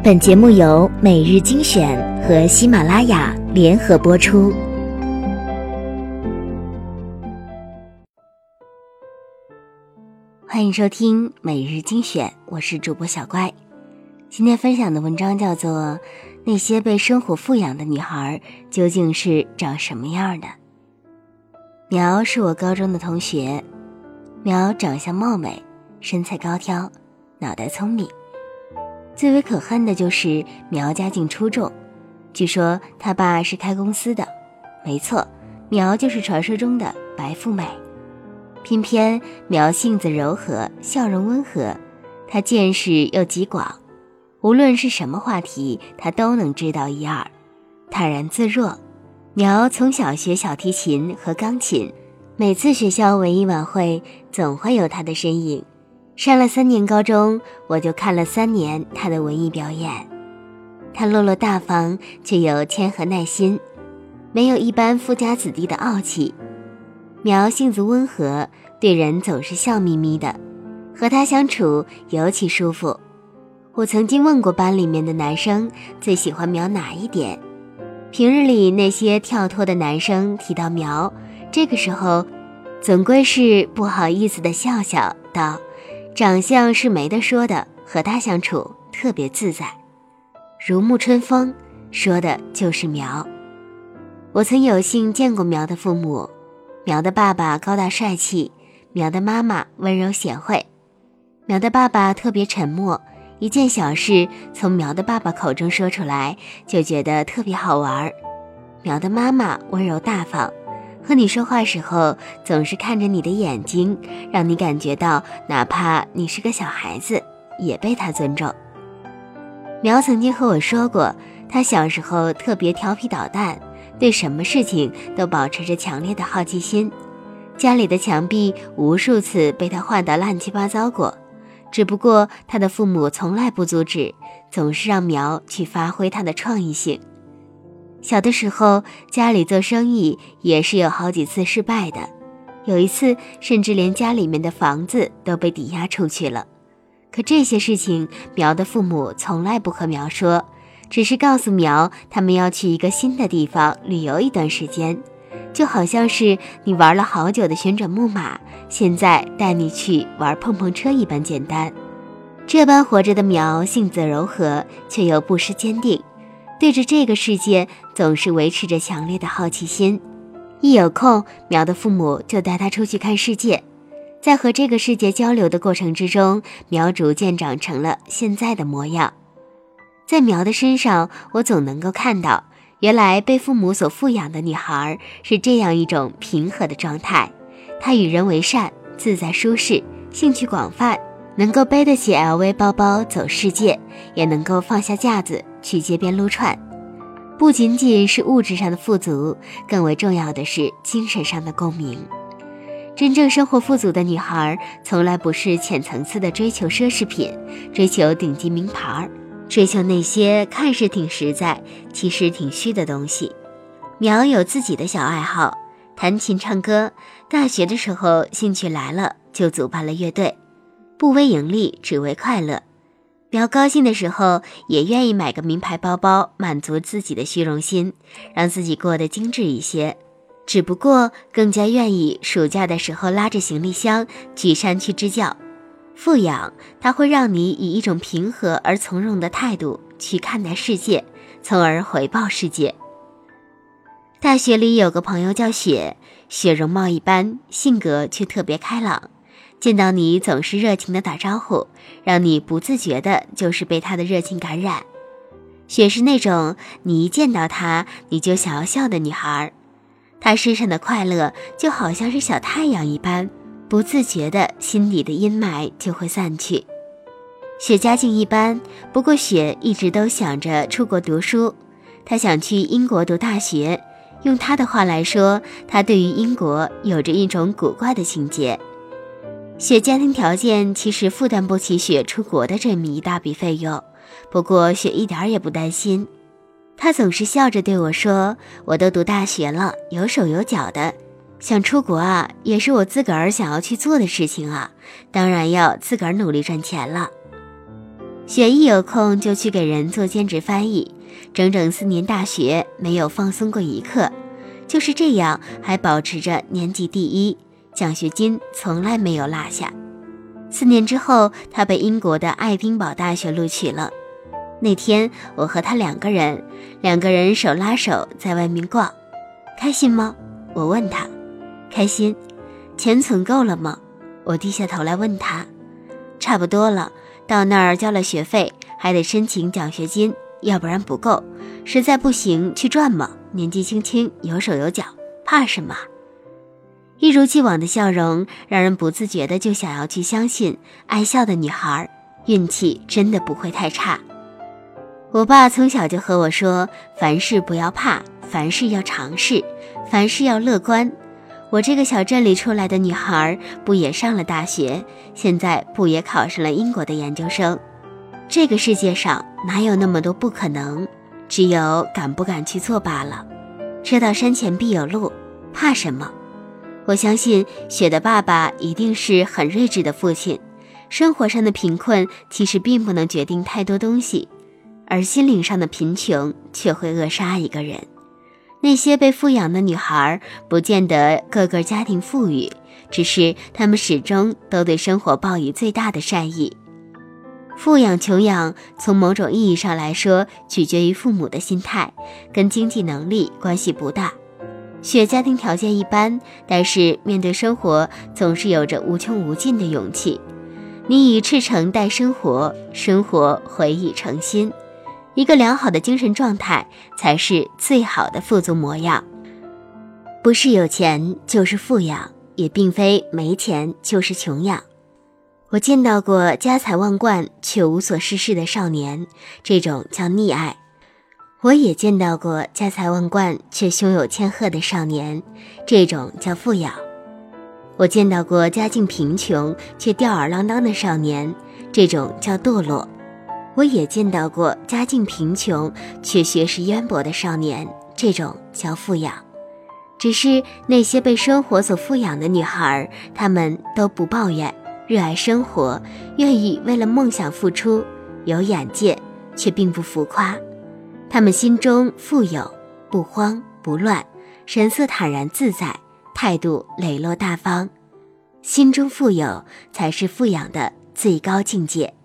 本节目由每日精选和喜马拉雅联合播出。欢迎收听每日精选，我是主播小乖。今天分享的文章叫做那些被生活富养的女孩究竟是长什么样的。苗是我高中的同学，苗长相貌美，身材高挑，脑袋聪明。最为可恨的就是苗家境出众，据说他爸是开公司的，没错，苗就是传说中的白富美。偏偏苗性子柔和，笑容温和，他见识又极广，无论是什么话题他都能知道一二，坦然自若。苗从小学小提琴和钢琴，每次学校文艺晚会总会有他的身影。上了3年高中，我就看了3年他的文艺表演。他落落大方，却有谦和耐心，没有一般富家子弟的傲气。苗性子温和，对人总是笑眯眯的，和他相处尤其舒服。我曾经问过班里面的男生最喜欢苗哪一点，平日里那些跳脱的男生提到苗，这个时候总归是不好意思的笑笑道，长相是没得说的，和他相处特别自在，如沐春风，说的就是苗。我曾有幸见过苗的父母，苗的爸爸高大帅气，苗的妈妈温柔贤惠。苗的爸爸特别沉默，一件小事从苗的爸爸口中说出来就觉得特别好玩。苗的妈妈温柔大方，和你说话时候总是看着你的眼睛，让你感觉到哪怕你是个小孩子也被他尊重。苗曾经和我说过，他小时候特别调皮捣蛋，对什么事情都保持着强烈的好奇心，家里的墙壁无数次被他画得乱七八糟过，只不过他的父母从来不阻止，总是让苗去发挥他的创意性。小的时候家里做生意也是有好几次失败的，有一次甚至连家里面的房子都被抵押出去了。可这些事情苗的父母从来不和苗说，只是告诉苗他们要去一个新的地方旅游一段时间，就好像是你玩了好久的旋转木马，现在带你去玩碰碰车一般简单。这般活着的苗性子柔和，却又不失坚定，对着这个世界总是维持着强烈的好奇心。一有空，苗的父母就带他出去看世界。在和这个世界交流的过程之中，苗逐渐长成了现在的模样。在苗的身上，我总能够看到，原来被父母所富养的女孩是这样一种平和的状态。她与人为善，自在舒适，兴趣广泛，能够背得起 LV 包包走世界，也能够放下架子去街边撸串。不仅仅是物质上的富足，更为重要的是精神上的共鸣。真正生活富足的女孩，从来不是浅层次的追求奢侈品，追求顶级名牌，追求那些看似挺实在，其实挺虚的东西。苗有自己的小爱好，弹琴唱歌，大学的时候兴趣来了就组办了乐队，不为盈利，只为快乐。苗高兴的时候也愿意买个名牌包包，满足自己的虚荣心，让自己过得精致一些，只不过更加愿意暑假的时候拉着行李箱去山区支教。富养它会让你以一种平和而从容的态度去看待世界，从而回报世界。大学里有个朋友叫雪，雪容貌一般，性格却特别开朗，见到你总是热情的打招呼，让你不自觉的就是被他的热情感染。雪是那种你一见到她你就想要笑的女孩，她身上的快乐就好像是小太阳一般，不自觉的心底的阴霾就会散去。雪家境一般，不过雪一直都想着出国读书，她想去英国读大学。用她的话来说，她对于英国有着一种古怪的情结。雪家庭条件其实负担不起雪出国的这么一大笔费用，不过雪一点也不担心。她总是笑着对我说，我都读大学了，有手有脚的，想出国啊，也是我自个儿想要去做的事情啊，当然要自个儿努力赚钱了。 雪一有空就去给人做兼职翻译，整整4年大学没有放松过一刻，就是这样还保持着年级第1，奖学金从来没有落下。4年之后，他被英国的爱丁堡大学录取了。那天我和他两个人手拉手在外面逛。开心吗？我问他。开心。钱存够了吗？我低下头来问他。差不多了，到那儿交了学费，还得申请奖学金，要不然不够，实在不行去赚嘛，年纪轻轻有手有脚，怕什么？一如既往的笑容让人不自觉的就想要去相信，爱笑的女孩运气真的不会太差。我爸从小就和我说，凡事不要怕，凡事要尝试，凡事要乐观。我这个小镇里出来的女孩不也上了大学，现在不也考上了英国的研究生。这个世界上哪有那么多不可能，只有敢不敢去做罢了。知道山前必有路，怕什么？我相信雪的爸爸一定是很睿智的父亲。生活上的贫困其实并不能决定太多东西，而心灵上的贫穷却会扼杀一个人。那些被富养的女孩不见得个个家庭富裕，只是她们始终都对生活抱以最大的善意。富养穷养从某种意义上来说取决于父母的心态，跟经济能力关系不大。雪家庭条件一般，但是面对生活总是有着无穷无尽的勇气。你以赤诚待生活，生活回以诚心。一个良好的精神状态才是最好的富足模样。不是有钱就是富养，也并非没钱就是穷养。我见到过家财万贯却无所事事的少年，这种叫溺爱。我也见到过家财万贯却胸有千鹤的少年，这种叫富养。我见到过家境贫穷却吊儿郎当的少年，这种叫堕落。我也见到过家境贫穷却学识渊博的少年，这种叫富养。只是那些被生活所富养的女孩，她们都不抱怨，热爱生活，愿意为了梦想付出，有眼界，却并不浮夸。她们心中富有，不慌不乱，神色坦然自在，态度磊落大方。心中富有才是富养的最高境界。